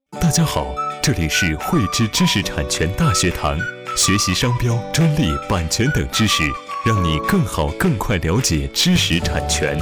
大家好，这里是汇知知识产权大学堂，学习商标、专利、版权等知识，让你更好、更快了解知识产权。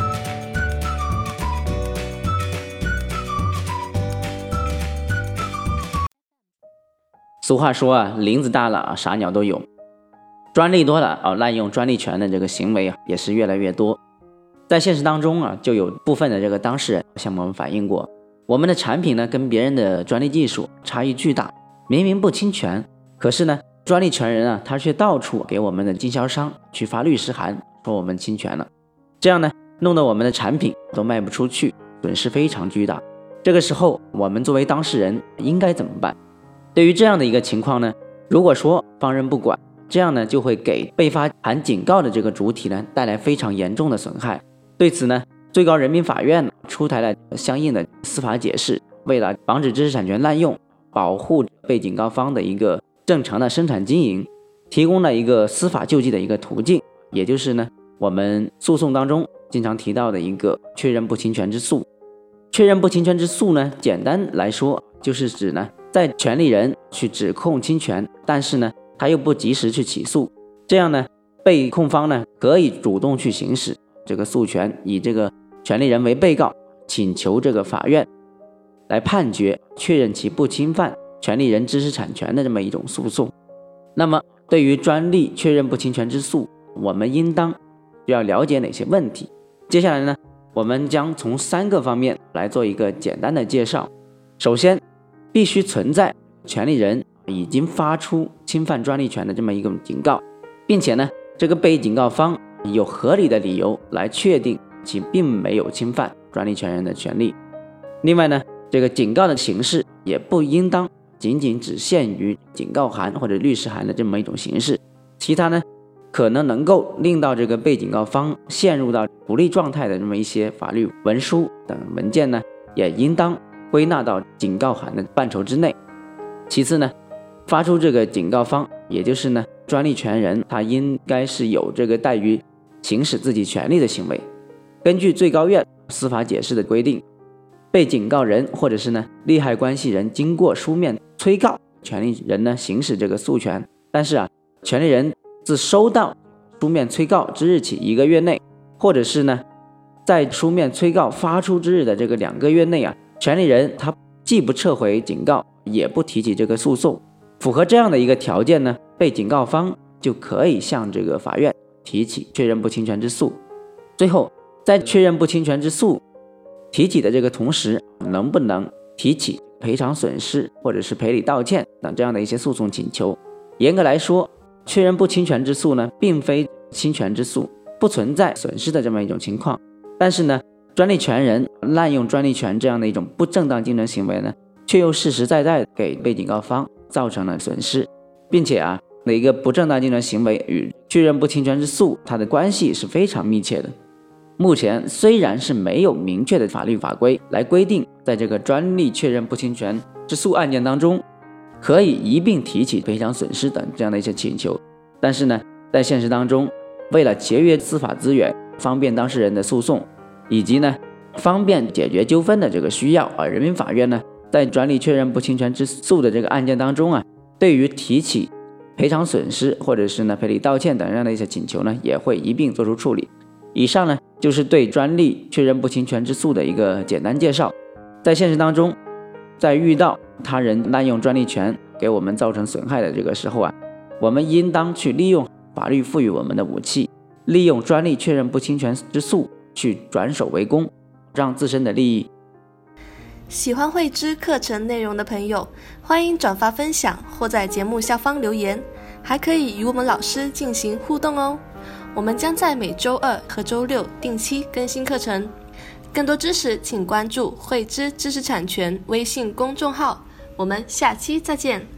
俗话说林子大了啥鸟都有。专利多了滥用专利权的这个行为也是越来越多。在现实当中就有部分的这个当事人向我们反映过，我们的产品呢跟别人的专利技术差异巨大，明明不侵权，可是呢专利权人他却到处给我们的经销商去发律师函，说我们侵权了，这样呢弄得我们的产品都卖不出去，损失非常巨大。这个时候我们作为当事人应该怎么办？对于这样的一个情况呢，如果说放任不管，这样呢就会给被发函警告的这个主体呢带来非常严重的损害。对此呢，最高人民法院出台了相应的司法解释，为了防止知识产权滥用，保护被警告方的一个正常的生产经营，提供了一个司法救济的一个途径，也就是呢我们诉讼当中经常提到的一个确认不侵权之诉。确认不侵权之诉呢，简单来说就是指呢在权利人去指控侵权，但是呢他又不及时去起诉，这样呢被控方呢可以主动去行使这个诉权，以这个权利人为被告，请求这个法院来判决确认其不侵犯权利人知识产权的这么一种诉讼。那么对于专利确认不侵权之诉，我们应当要了解哪些问题？接下来呢我们将从3个方面来做一个简单的介绍。首先，必须存在权利人已经发出侵犯专利权的这么一个警告，并且呢这个被警告方有合理的理由来确定其并没有侵犯专利权人的权利。另外呢，这个警告的形式也不应当仅仅只限于警告函或者律师函的这么一种形式，其他呢可能够令到这个被警告方陷入到不利状态的这么一些法律文书等文件呢，也应当归纳到警告函的范畴之内。其次呢，发出这个警告方，也就是呢专利权人，他应该是有这个怠于行使自己权利的行为。根据最高院司法解释的规定，被警告人或者是呢利害关系人经过书面催告权利人呢行使这个诉权，但是权利人自收到书面催告之日起1个月内，或者是呢在书面催告发出之日的这个2个月内权利人他既不撤回警告，也不提起这个诉讼，符合这样的一个条件呢，被警告方就可以向这个法院提起确认不侵权之诉。最后，在确认不侵权之诉提起的这个同时，能不能提起赔偿损失或者是赔礼道歉等这样的一些诉讼请求？严格来说，确认不侵权之诉呢，并非侵权之诉，不存在损失的这么一种情况。但是呢，专利权人滥用专利权这样的一种不正当竞争行为呢，却又实实在在给被警告方造成了损失，并且一个不正当竞争行为与确认不侵权之诉它的关系是非常密切的。目前虽然是没有明确的法律法规来规定，在这个专利确认不侵权之诉案件当中可以一并提起赔偿损失等这样的一些请求，但是呢，在现实当中，为了节约司法资源，方便当事人的诉讼，以及呢方便解决纠纷的这个需要人民法院呢在专利确认不侵权之诉的这个案件当中对于提起赔偿损失或者是呢赔礼道歉等这样的一些请求呢，也会一并做出处理。以上呢就是对专利确认不侵权之诉的一个简单介绍。在现实当中，在遇到他人滥用专利权给我们造成损害的这个时候我们应当去利用法律赋予我们的武器，利用专利确认不侵权之诉去转守为攻，让自身的利益。 喜欢汇知课程内容的朋友，欢迎转发分享或在节目下方留言，还可以与我们老师进行互动哦。我们将在每周2和周6定期更新课程，更多知识请关注汇知知识产权微信公众号。我们下期再见。